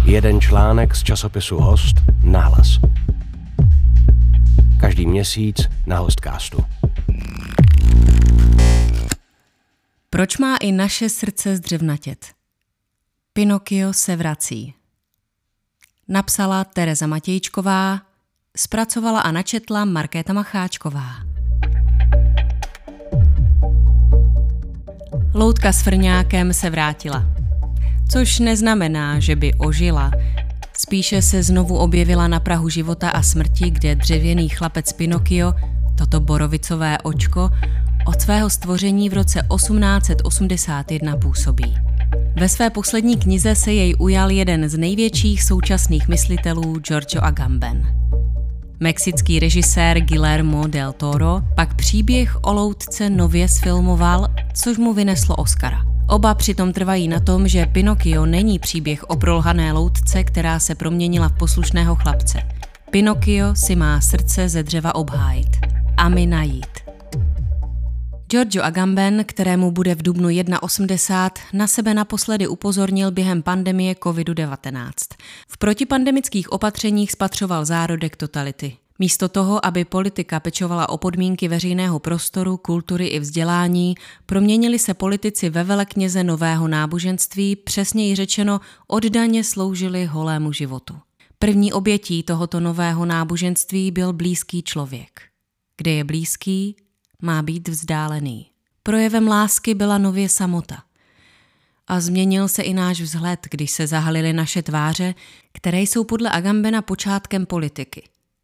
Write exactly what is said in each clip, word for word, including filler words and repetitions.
Jeden článek z časopisu Host nahlas. Každý měsíc na Hostcastu. Proč má i naše srdce zdřevnatět? Pinokio se vrací. Napsala Tereza Matějčková, zpracovala a načetla Markéta Macháčková. Loutka s frňákem se vrátila. Což neznamená, že by ožila. Spíše se znovu objevila na prahu života a smrti, kde dřevěný chlapec Pinokio, toto borovicové očko, od svého stvoření v roce osmnáct set osmdesát jedna působí. Ve své poslední knize se jej ujal jeden z největších současných myslitelů Giorgio Agamben. Mexický režisér Guillermo del Toro pak příběh o loutce nově sfilmoval, což mu vyneslo Oscara. Oba přitom trvají na tom, že Pinokio není příběh o prolhané loutce, která se proměnila v poslušného chlapce. Pinokio si má srdce ze dřeva obhájit a my najít. Giorgio Agamben, kterému bude v dubnu osmdesát jedna, na sebe naposledy upozornil během pandemie kovid devatenáct. V protipandemických opatřeních spatřoval zárodek totality. Místo toho, aby politika pečovala o podmínky veřejného prostoru, kultury i vzdělání, proměnili se politici ve velekněze nového náboženství, přesněji řečeno oddaně sloužili holému životu. První obětí tohoto nového náboženství byl blízký člověk. Kde je blízký, má být vzdálený. Projevem lásky byla nově samota. A změnil se i náš vzhled, když se zahalily naše tváře, které jsou podle Agambena počátkem politiky.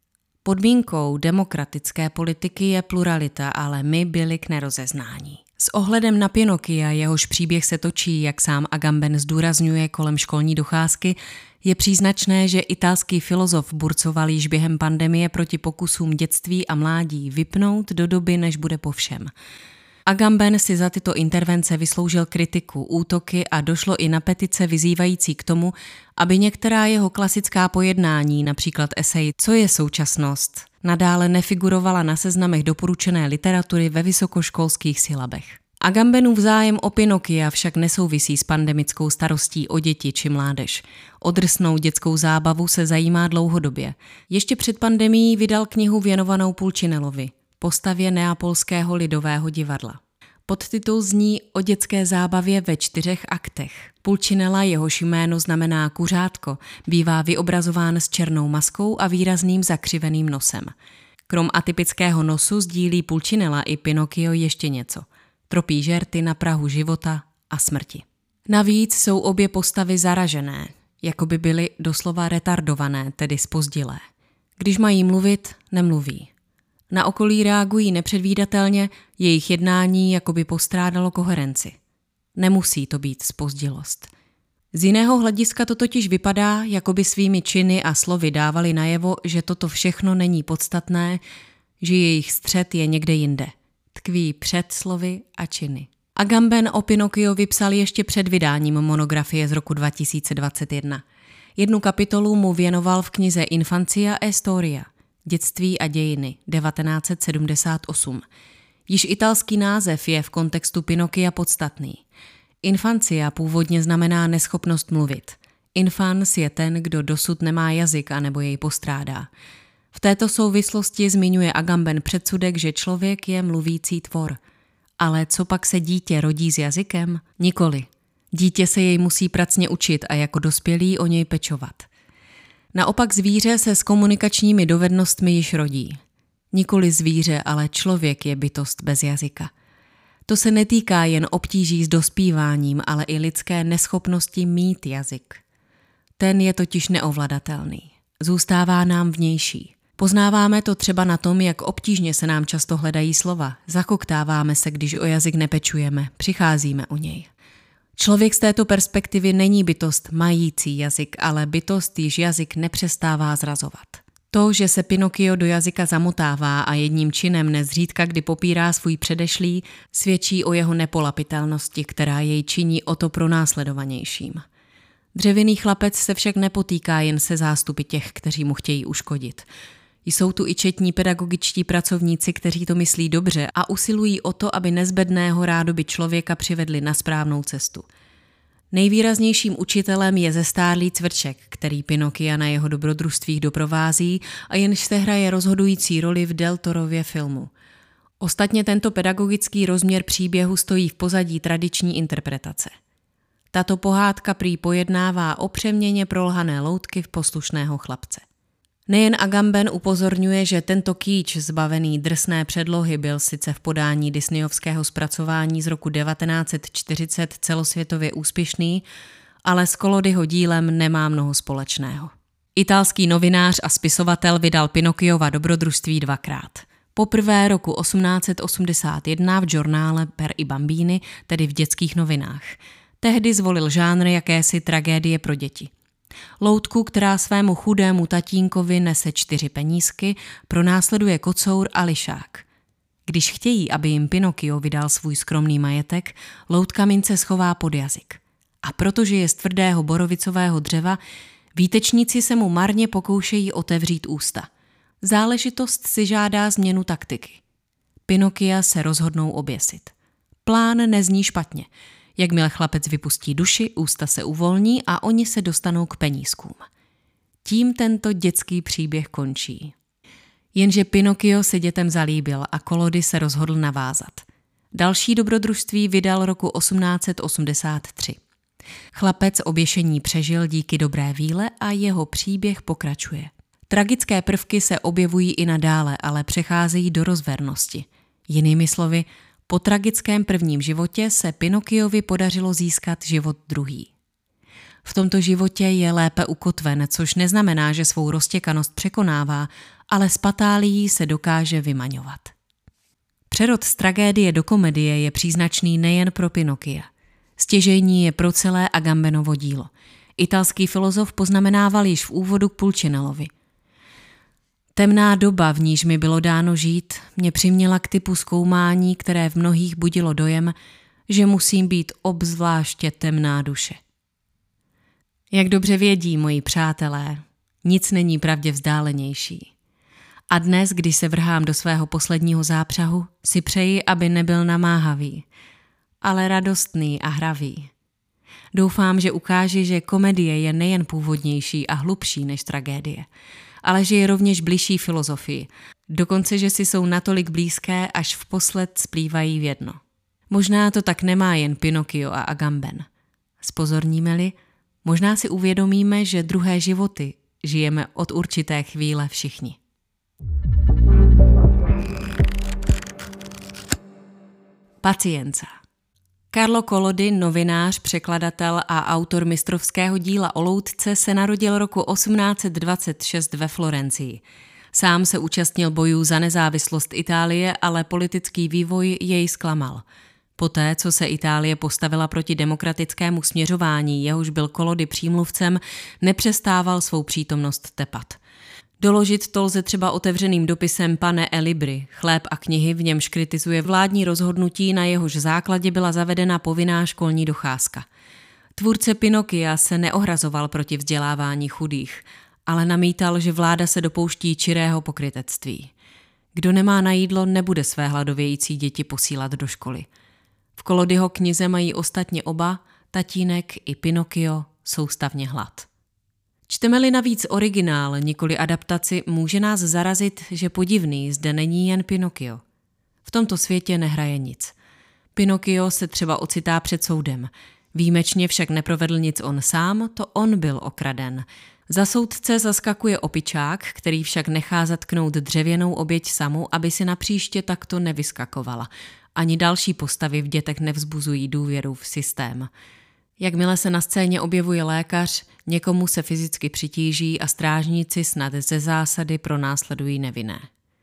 Podmínkou demokratické politiky je pluralita, ale my byli k nerozeznání. S ohledem na Pinokia, jehož příběh se točí, jak sám Agamben zdůrazňuje, kolem školní docházky, je příznačné, že italský filozof burcoval již během pandemie proti pokusům dětství a mládí vypnout do doby, než bude po všem. Agamben si za tyto intervence vysloužil kritiku, útoky a došlo i na petice vyzývající k tomu, aby některá jeho klasická pojednání, například esej Co je současnost, nadále nefigurovala na seznamech doporučené literatury ve vysokoškolských silabech. Agambenův zájem o Pinokia však nesouvisí s pandemickou starostí o děti či mládež. O drsnou dětskou zábavu se zajímá dlouhodobě. Ještě před pandemií vydal knihu věnovanou Pulcinelovi, postavě neapolského lidového divadla. Podtitul zní O dětské zábavě ve čtyřech aktech. Pulcinella, jehož jméno znamená kuřátko, bývá vyobrazován s černou maskou a výrazným zakřiveným nosem. Krom atypického nosu sdílí Pulcinella i Pinokio ještě něco. Tropí žerty na prahu života a smrti. Navíc jsou obě postavy zaražené, jako by byly doslova retardované, tedy zpozdilé. Když mají mluvit, nemluví. Na okolí reagují nepředvídatelně, jejich jednání jako by postrádalo koherenci. Nemusí to být zpozdilost. Z jiného hlediska to totiž vypadá, jako by svými činy a slovy dávali najevo, že toto všechno není podstatné, že jejich střet je někde jinde. Tkví před slovy a činy. Agamben o Pinokiu vypsal ještě před vydáním monografie z roku dva tisíce dvacet jedna. Jednu kapitolu mu věnoval v knize Infancia e Storia, Dětství a dějiny, devatenáct set sedmdesát osm. Již italský název je v kontextu Pinokia podstatný. Infancia původně znamená neschopnost mluvit. Infans je ten, kdo dosud nemá jazyk anebo jej postrádá. V této souvislosti zmiňuje Agamben předsudek, že člověk je mluvící tvor. Ale co pak se dítě rodí s jazykem? Nikoli. Dítě se jej musí pracně učit a jako dospělý o něj pečovat. Naopak zvíře se s komunikačními dovednostmi již rodí. Nikoli zvíře, ale člověk je bytost bez jazyka. To se netýká jen obtíží s dospíváním, ale i lidské neschopnosti mít jazyk. Ten je totiž neovladatelný. Zůstává nám vnější. Poznáváme to třeba na tom, jak obtížně se nám často hledají slova. Zakoktáváme se, když o jazyk nepečujeme, přicházíme o něj. Člověk z této perspektivy není bytost mající jazyk, ale bytost, již jazyk nepřestává zrazovat. To, že se Pinokio do jazyka zamotává a jedním činem nezřídka, kdy popírá svůj předešlý, svědčí o jeho nepolapitelnosti, která jej činí o to pronásledovanějším. Dřevěný chlapec se však nepotýká jen se zástupy těch, kteří mu chtějí uškodit. Jsou tu i četní pedagogičtí pracovníci, kteří to myslí dobře a usilují o to, aby nezbedného rádoby člověka přivedli na správnou cestu. Nejvýraznějším učitelem je zestárlý cvrček, který Pinokia na jeho dobrodružstvích doprovází a jenž sehraje rozhodující roli v Del Torově filmu. Ostatně tento pedagogický rozměr příběhu stojí v pozadí tradiční interpretace. Tato pohádka prý pojednává o přeměně prolhané loutky v poslušného chlapce. Nejen Agamben upozorňuje, že tento kýč zbavený drsné předlohy byl sice v podání disneyovského zpracování z roku devatenáct set čtyřicet celosvětově úspěšný, ale s Collodiho dílem nemá mnoho společného. Italský novinář a spisovatel vydal Pinokiova dobrodružství dvakrát. Poprvé roku osmnáct set osmdesát jedna v žurnále Per i Bambini, tedy v dětských novinách. Tehdy zvolil žánr jakési tragédie pro děti. Loutku, která svému chudému tatínkovi nese čtyři penízky, pronásleduje kocour a lišák. Když chtějí, aby jim Pinokio vydal svůj skromný majetek, loutka mince schová pod jazyk. A protože je z tvrdého borovicového dřeva, výtečníci se mu marně pokoušejí otevřít ústa. Záležitost si žádá změnu taktiky. Pinokia se rozhodnou oběsit. Plán nezní špatně. Jakmile chlapec vypustí duši, ústa se uvolní a oni se dostanou k penízkům. Tím tento dětský příběh končí. Jenže Pinokio se dětem zalíbil a Collodi se rozhodl navázat. Další dobrodružství vydal roku osmnáct set osmdesát tři. Chlapec oběšení přežil díky dobré víle a jeho příběh pokračuje. Tragické prvky se objevují i nadále, ale přecházejí do rozvernosti. Jinými slovy, po tragickém prvním životě se Pinokiovi podařilo získat život druhý. V tomto životě je lépe ukotven, což neznamená, že svou roztěkanost překonává, ale z patálií se dokáže vymaňovat. Přerod z tragédie do komedie je příznačný nejen pro Pinokia. Stěžejní je pro celé Agambenovo dílo. Italský filozof poznamenával již v úvodu k Pulcinelovi. Temná doba, v níž mi bylo dáno žít, mě přiměla k typu zkoumání, které v mnohých budilo dojem, že musím být obzvláště temná duše. Jak dobře vědí moji přátelé, nic není pravdě vzdálenější. A dnes, když se vrhám do svého posledního zápřahu, si přeji, aby nebyl namáhavý, ale radostný a hravý. Doufám, že ukáže, že komedie je nejen původnější a hlubší než tragédie, ale že je rovněž bližší filozofii. Dokonce, že si jsou natolik blízké, až vposled splývají v jedno. Možná to tak nemá jen Pinokio a Agamben. Zpozorníme-li, možná si uvědomíme, že druhé životy žijeme od určité chvíle všichni. Pacienza. Carlo Collodi, novinář, překladatel a autor mistrovského díla o loutce, se narodil roku osmnáct set dvacet šest ve Florencii. Sám se účastnil bojů za nezávislost Itálie, ale politický vývoj jej zklamal. Poté, co se Itálie postavila proti demokratickému směřování, jehož byl Collodi přímluvcem, nepřestával svou přítomnost tepat. Doložit to lze třeba otevřeným dopisem Pane e Libri, Chléb a knihy, v němž kritizuje vládní rozhodnutí, na jehož základě byla zavedena povinná školní docházka. Tvůrce Pinokia se neohrazoval proti vzdělávání chudých, ale namítal, že vláda se dopouští čirého pokrytectví. Kdo nemá na jídlo, nebude své hladovějící děti posílat do školy. V Collodiho knize mají ostatně oba, tatínek i Pinokio, soustavně hlad. Čteme-li navíc originál, nikoli adaptaci, může nás zarazit, že podivný zde není jen Pinokio. V tomto světě nehraje nic. Pinokio se třeba ocitá před soudem. Výjimečně však neprovedl nic on sám, to on byl okraden. Za soudce zaskakuje opičák, který však nechá zatknout dřevěnou oběť samu, aby si napříště takto nevyskakovala. Ani další postavy v dětech nevzbuzují důvěru v systém. Jakmile se na scéně objevuje lékař, někomu se fyzicky přitíží a strážníci snad ze zásady pronásledují nevinné.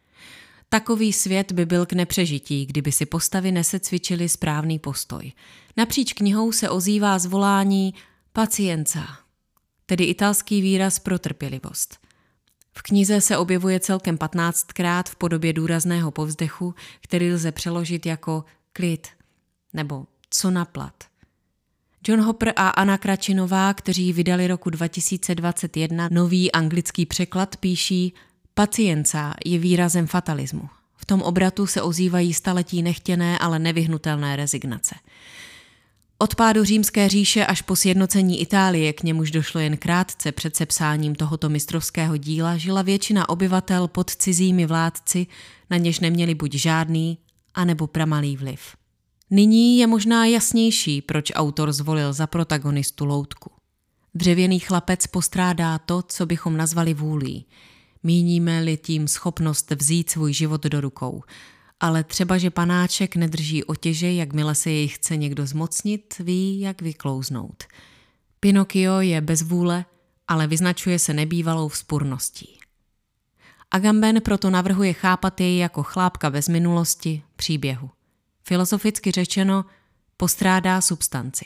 Takový svět by byl k nepřežití, kdyby si postavy nesecvičily správný postoj. Napříč knihou se ozývá zvolání pacienza, tedy italský výraz pro trpělivost. V knize se objevuje celkem patnáctkrát v podobě důrazného povzdechu, který lze přeložit jako klid nebo co na plat. John Hopper a Anna Kračinová, kteří vydali roku dva tisíce dvacet jedna nový anglický překlad, píší: pacienza je výrazem fatalismu. V tom obratu se ozývají staletí nechtěné, ale nevyhnutelné rezignace. Od pádu Římské říše až po sjednocení Itálie, k němuž došlo jen krátce před sepsáním tohoto mistrovského díla, žila většina obyvatel pod cizími vládci, na něž neměli buď žádný, anebo pramalý vliv. Nyní je možná jasnější, proč autor zvolil za protagonistu loutku. Dřevěný chlapec postrádá to, co bychom nazvali vůlí. Míníme-li tím schopnost vzít svůj život do rukou. Ale třeba, že panáček nedrží otěže, jakmile se jej chce někdo zmocnit, ví, jak vyklouznout. Pinokio je bez vůle, ale vyznačuje se nebývalou vzpurností. Agamben proto navrhuje chápat jej jako chlápka bez minulosti, příběhu. Filozoficky řečeno, postrádá substanci.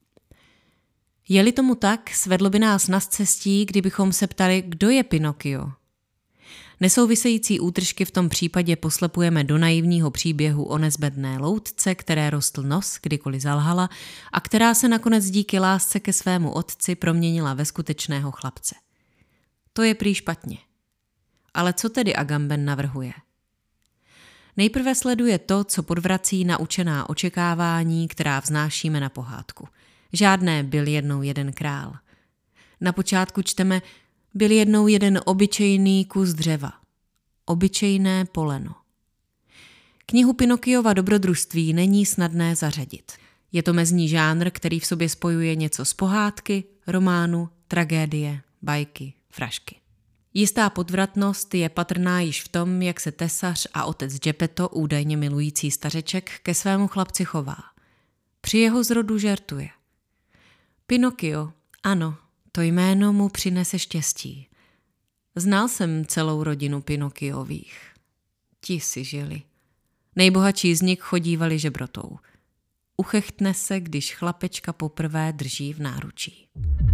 Je-li tomu tak, svedlo by nás na scestí, kdybychom se ptali, kdo je Pinokio. Nesouvisející útržky v tom případě poslepujeme do naivního příběhu o nezbedné loutce, které rostl nos, kdykoliv zalhala, a která se nakonec díky lásce ke svému otci proměnila ve skutečného chlapce. To je prý špatně. Ale co tedy Agamben navrhuje? Nejprve sleduje to, co podvrací naučená očekávání, která vznášíme na pohádku. Žádné byl jednou jeden král. Na počátku čteme byl jednou jeden obyčejný kus dřeva. Obyčejné poleno. Knihu Pinokiova dobrodružství není snadné zařadit. Je to mezní žánr, který v sobě spojuje něco z pohádky, románu, tragédie, bajky, frašky. Jistá podvratnost je patrná již v tom, jak se tesař a otec Geppetto, údajně milující stařeček, ke svému chlapci chová. Při jeho zrodu žertuje. Pinokio, ano, to jméno mu přinese štěstí. Znal jsem celou rodinu Pinokiových. Ti si žili. Nejbohatší z nich chodívali žebrotou. Uchechtne se, když chlapečka poprvé drží v náručí.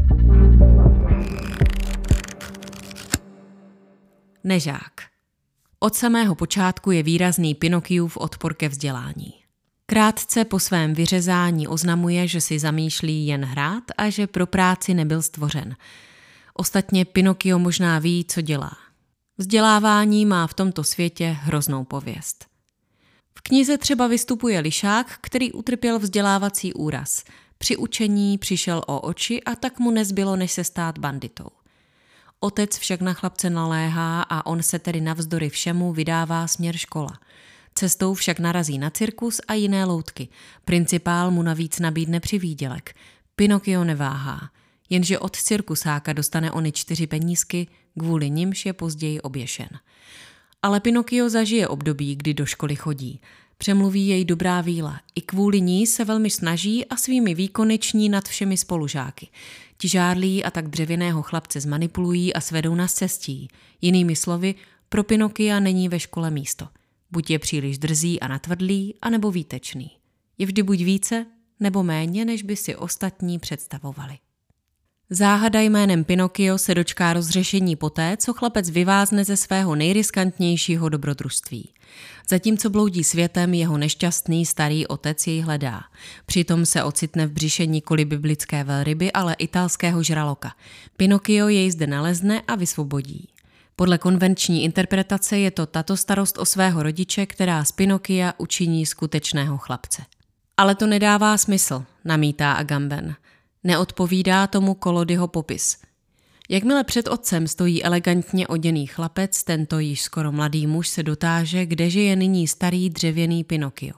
Nežák. Od samého počátku je výrazný Pinokiův odpor ke vzdělání. Krátce po svém vyřezání oznamuje, že si zamýšlí jen hrát a že pro práci nebyl stvořen. Ostatně Pinokio možná ví, co dělá. Vzdělávání má v tomto světě hroznou pověst. V knize třeba vystupuje lišák, který utrpěl vzdělávací úraz. Při učení přišel o oči a tak mu nezbylo, než se stát banditou. Otec však na chlapce naléhá a on se tedy navzdory všemu vydává směr škola. Cestou však narazí na cirkus a jiné loutky. Principál mu navíc nabídne přivýdělek. Pinokio neváhá, jenže od cirkusáka dostane ony čtyři penízky, kvůli nimž je později oběšen. Ale Pinokio zažije období, kdy do školy chodí. Přemluví jej dobrá víla. I kvůli ní se velmi snaží a svými výkony ční nad všemi spolužáky. Ti žárlí a tak dřevěného chlapce zmanipulují a svedou na scestí. Jinými slovy, pro Pinokia není ve škole místo. Buď je příliš drzý a natvrdlý, anebo výtečný. Je vždy buď více, nebo méně, než by si ostatní představovali. Záhada jménem Pinokio se dočká rozřešení poté, co chlapec vyvázne ze svého nejriskantnějšího dobrodružství. Zatímco bloudí světem, jeho nešťastný starý otec jej hledá. Přitom se ocitne v břiše nikoli biblické velryby, ale italského žraloka. Pinokio jej zde nalezne a vysvobodí. Podle konvenční interpretace je to tato starost o svého rodiče, která z Pinokia učiní skutečného chlapce. Ale to nedává smysl, namítá Agamben. Neodpovídá tomu Kollodyho popis. Jakmile před otcem stojí elegantně oděný chlapec, tento již skoro mladý muž se dotáže, kdeže je nyní starý dřevěný Pinokio.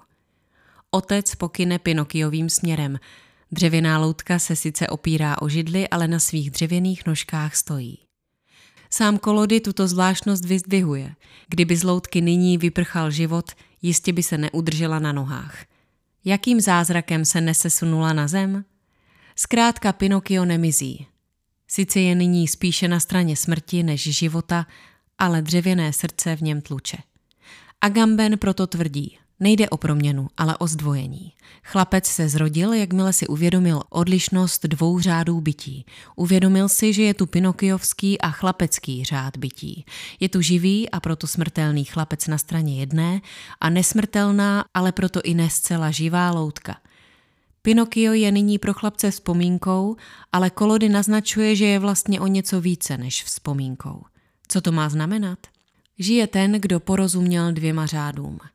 Otec pokyne Pinokiovým směrem. Dřevěná loutka se sice opírá o židli, ale na svých dřevěných nožkách stojí. Sám Kollody tuto zvláštnost vyzdvihuje. Kdyby z loutky nyní vyprchal život, jistě by se neudržela na nohách. Jakým zázrakem se nesesunula na zem? Zkrátka Pinokio nemizí. Sice je nyní spíše na straně smrti než života, ale dřevěné srdce v něm tluče. Agamben proto tvrdí, nejde o proměnu, ale o zdvojení. Chlapec se zrodil, jakmile si uvědomil odlišnost dvou řádů bytí. Uvědomil si, že je tu pinokiovský a chlapecký řád bytí. Je tu živý a proto smrtelný chlapec na straně jedné a nesmrtelná, ale proto i nescela živá loutka. Pinokio je nyní pro chlapce vzpomínkou, ale Kollody naznačuje, že je vlastně o něco více než vzpomínkou. Co to má znamenat? Žije ten, kdo porozuměl dvěma řádům.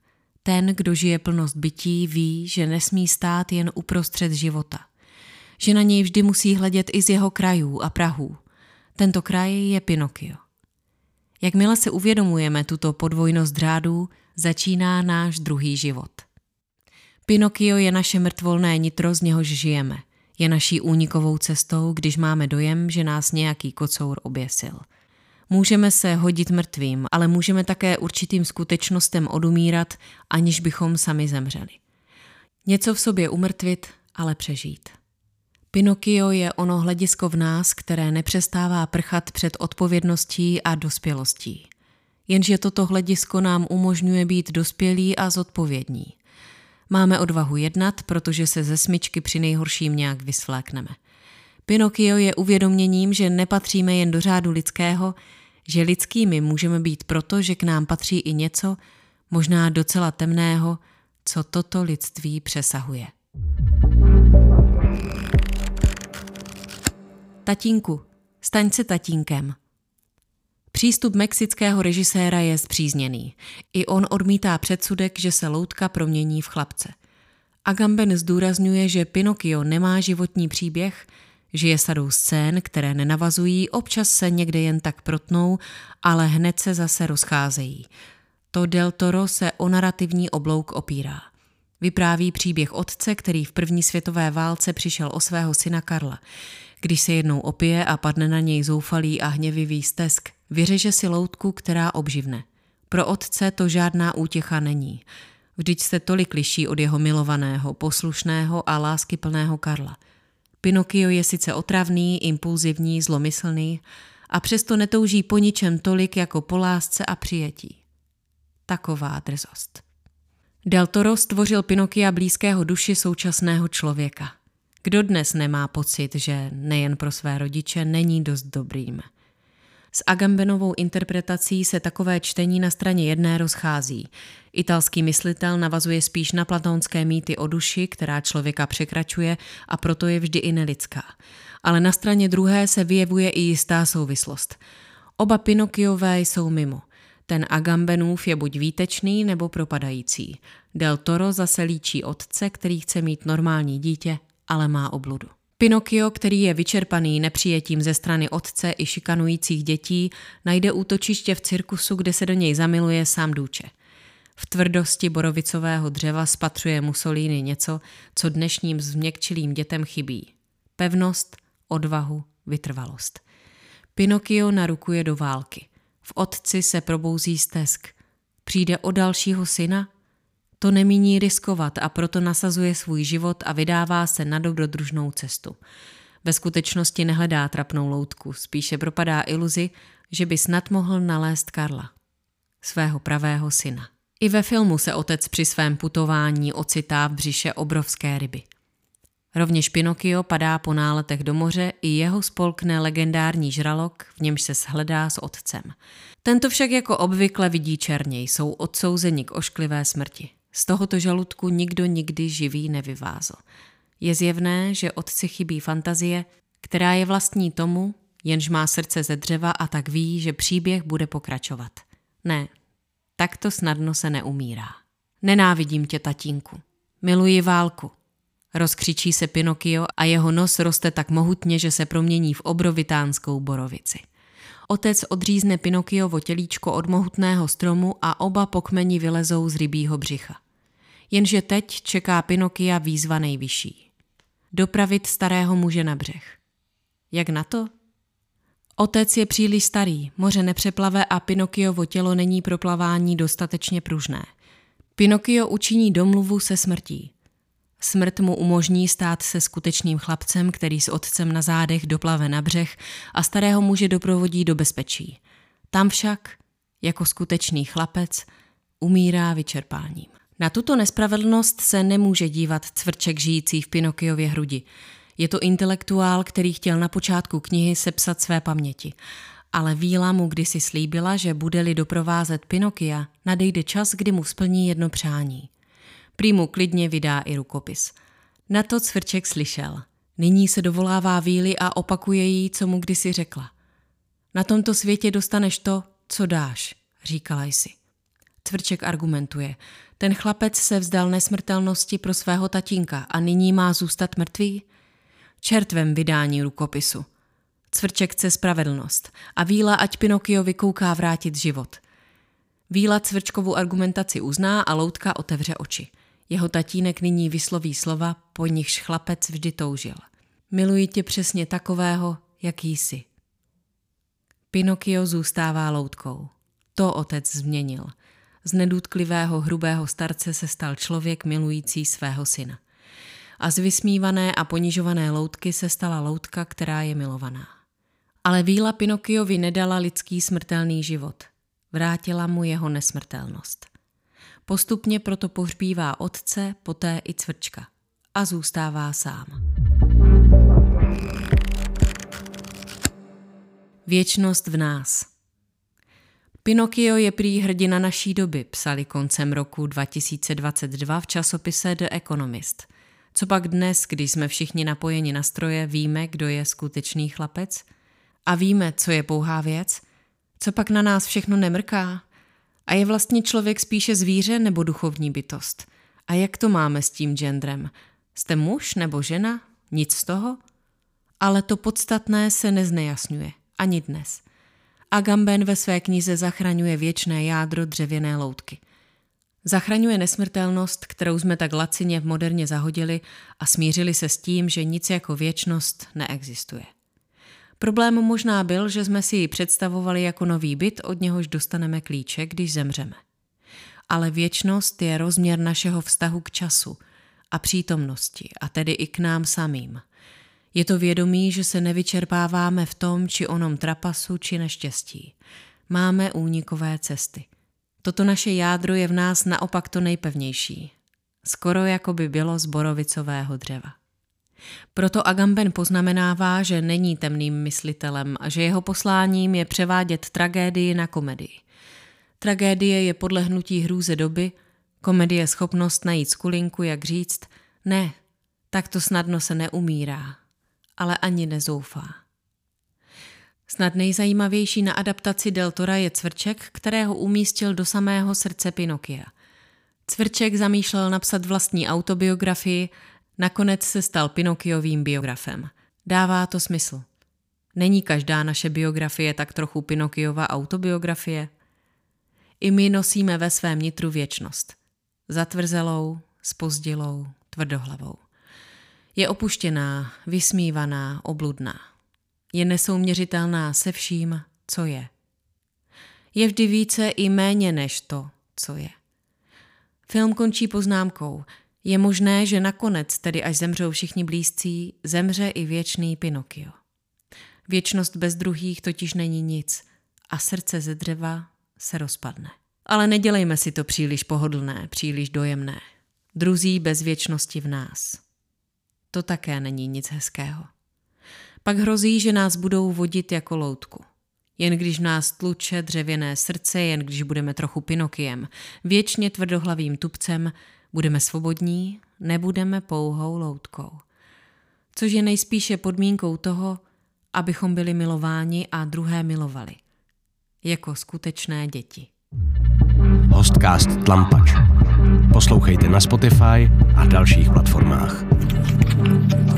Ten, kdo žije plnost bytí, ví, že nesmí stát jen uprostřed života. Že na něj vždy musí hledět i z jeho krajů a prahů. Tento kraj je Pinokio. Jakmile se uvědomujeme tuto podvojnost řádů, začíná náš druhý život. Pinokio je naše mrtvolné nitro, z něhož žijeme. Je naší únikovou cestou, když máme dojem, že nás nějaký kocour oběsil. Můžeme se hodit mrtvým, ale můžeme také určitým skutečnostem odumírat, aniž bychom sami zemřeli. Něco v sobě umrtvit, ale přežít. Pinokio je ono hledisko v nás, které nepřestává prchat před odpovědností a dospělostí. Jenže toto hledisko nám umožňuje být dospělí a zodpovědní. Máme odvahu jednat, protože se ze smyčky při nejhorším nějak vysvlékneme. Pinokio je uvědoměním, že nepatříme jen do řádu lidského, že lidskými můžeme být proto, že k nám patří i něco, možná docela temného, co toto lidství přesahuje. Tatínku, staň se tatínkem. Přístup mexického režiséra je zpřízněný. I on odmítá předsudek, že se loutka promění v chlapce. Agamben zdůrazňuje, že Pinokio nemá životní příběh, žije sadou scén, které nenavazují, občas se někde jen tak protnou, ale hned se zase rozcházejí. To Del Toro se o narrativní oblouk opírá. Vypráví příběh otce, který v první světové válce přišel o svého syna Karla. Když se jednou opije a padne na něj zoufalý a hněvivý stesk, vyřeže si loutku, která obživne. Pro otce to žádná útěcha není. Vždyť se tolik liší od jeho milovaného, poslušného a láskyplného Karla. Pinokio je sice otravný, impulzivní, zlomyslný a přesto netouží po ničem tolik jako po lásce a přijetí. Taková drzost. Del Toro stvořil Pinokia blízkého duši současného člověka. Kdo dnes nemá pocit, že nejen pro své rodiče není dost dobrým? S Agambenovou interpretací se takové čtení na straně jedné rozchází. Italský myslitel navazuje spíš na platónské mýty o duši, která člověka překračuje a proto je vždy i nelidská. Ale na straně druhé se vyjevuje i jistá souvislost. Oba Pinokiové jsou mimo. Ten Agambenův je buď výtečný nebo propadající. Del Toro zase líčí otce, který chce mít normální dítě, ale má obludu. Pinokio, který je vyčerpaný nepřijetím ze strany otce i šikanujících dětí, najde útočiště v cirkusu, kde se do něj zamiluje sám Duce. V tvrdosti borovicového dřeva spatřuje Mussolini něco, co dnešním změkčilým dětem chybí. Pevnost, odvahu, vytrvalost. Pinokio narukuje do války. V otci se probouzí stesk. Přijde o dalšího syna? To nemíní riskovat a proto nasazuje svůj život a vydává se na dobrodružnou cestu. Ve skutečnosti nehledá trapnou loutku, spíše propadá iluzi, že by snad mohl nalézt Karla, svého pravého syna. I ve filmu se otec při svém putování ocitá v břiše obrovské ryby. Rovněž Pinokio padá po náletech do moře, i jeho spolkne legendární žralok, v němž se shledá s otcem. Tento však jako obvykle vidí černěj, jsou odsouzeni k ošklivé smrti. Z tohoto žaludku nikdo nikdy živý nevyvázl. Je zjevné, že otci chybí fantazie, která je vlastní tomu, jenž má srdce ze dřeva a tak ví, že příběh bude pokračovat. Ne, takto snadno se neumírá. Nenávidím tě, tatínku. Miluji válku. Rozkřičí se Pinokio a jeho nos roste tak mohutně, že se promění v obrovitánskou borovici. Otec odřízne Pinokiovo tělíčko od mohutného stromu a oba po kmeni vylezou z rybího břicha. Jenže teď čeká Pinokia výzva nejvyšší. Dopravit starého muže na břeh. Jak na to? Otec je příliš starý, moře nepřeplave a Pinokiovo tělo není pro plavání dostatečně pružné. Pinokio učiní domluvu se smrtí. Smrt mu umožní stát se skutečným chlapcem, který s otcem na zádech doplave na břeh a starého muže doprovodí do bezpečí. Tam však, jako skutečný chlapec, umírá vyčerpáním. Na tuto nespravedlnost se nemůže dívat cvrček žijící v Pinokiově hrudi. Je to intelektuál, který chtěl na počátku knihy sepsat své paměti. Ale Víla mu kdysi slíbila, že bude-li doprovázet Pinokia, nadejde čas, kdy mu splní jedno přání. Prý mu klidně vydá i rukopis. Na to cvrček slyšel. Nyní se dovolává Víly a opakuje jí, co mu kdysi řekla. Na tomto světě dostaneš to, co dáš, říkala jsi. Cvrček argumentuje. Ten chlapec se vzdal nesmrtelnosti pro svého tatínka a nyní má zůstat mrtvý? Čertvem vydání rukopisu. Cvrček chce spravedlnost a Víla ať Pinokio vykouká vrátit život. Víla Cvrčkovu argumentaci uzná a loutka otevře oči. Jeho tatínek nyní vysloví slova, po nichž chlapec vždy toužil. Miluji tě přesně takového, jaký jsi. Pinokio zůstává loutkou. To otec změnil. Z nedůtklivého hrubého starce se stal člověk milující svého syna. A z vysmívané a ponižované loutky se stala loutka, která je milovaná. Ale Víla Pinokiovi nedala lidský smrtelný život. Vrátila mu jeho nesmrtelnost. Postupně proto pohřbívá otce, poté i Cvrčka. A zůstává sám. Věčnost v nás. Pinokio je prý hrdina naší doby, psali koncem roku dva tisíce dvacet dva v časopise The Economist. Co pak dnes, když jsme všichni napojeni na stroje, víme, kdo je skutečný chlapec? A víme, co je pouhá věc? Co pak na nás všechno nemrká? A je vlastně člověk spíše zvíře nebo duchovní bytost? A jak to máme s tím genderem? Jste muž nebo žena? Nic z toho? Ale to podstatné se neznejasňuje. Ani dnes. Agamben ve své knize zachraňuje věčné jádro dřevěné loutky. Zachraňuje nesmrtelnost, kterou jsme tak lacině v moderně zahodili a smířili se s tím, že nic jako věčnost neexistuje. Problém možná byl, že jsme si ji představovali jako nový byt, od něhož dostaneme klíče, když zemřeme. Ale věčnost je rozměr našeho vztahu k času a přítomnosti, a tedy i k nám samým. Je to vědomí, že se nevyčerpáváme v tom či onom trapasu či neštěstí. Máme únikové cesty. Toto naše jádro je v nás naopak to nejpevnější. Skoro jako by bylo z borovicového dřeva. Proto Agamben poznamenává, že není temným myslitelem a že jeho posláním je převádět tragédii na komedii. Tragédie je podlehnutí hrůze doby, komedie schopnost najít skulinku, jak říct, ne, takto snadno se neumírá, ale ani nezoufá. Snad nejzajímavější na adaptaci Del Tora je Cvrček, kterého umístil do samého srdce Pinokia. Cvrček zamýšlel napsat vlastní autobiografii, nakonec se stal Pinokiovým biografem. Dává to smysl. Není každá naše biografie tak trochu Pinokiova autobiografie? I my nosíme ve svém nitru věčnost. Zatvrzelou, zpozdilou, tvrdohlavou. Je opuštěná, vysmívaná, obludná. Je nesouměřitelná se vším, co je. Je vždy více i méně než to, co je. Film končí poznámkou. Je možné, že nakonec, tedy až zemřou všichni blízcí, zemře i věčný Pinokio. Věčnost bez druhých totiž není nic a srdce ze dřeva se rozpadne. Ale nedělejme si to příliš pohodlné, příliš dojemné. Druzí bez věčnosti v nás. To také není nic hezkého. Pak hrozí, že nás budou vodit jako loutku. Jen když v nás tluče dřevěné srdce, jen když budeme trochu Pinokiem, věčně tvrdohlavým tupcem, budeme svobodní, nebudeme pouhou loutkou. Což je nejspíše podmínkou toho, abychom byli milováni a druhé milovali. Jako skutečné děti. Hostcast Tlampač. Poslouchejte na Spotify a dalších platformách.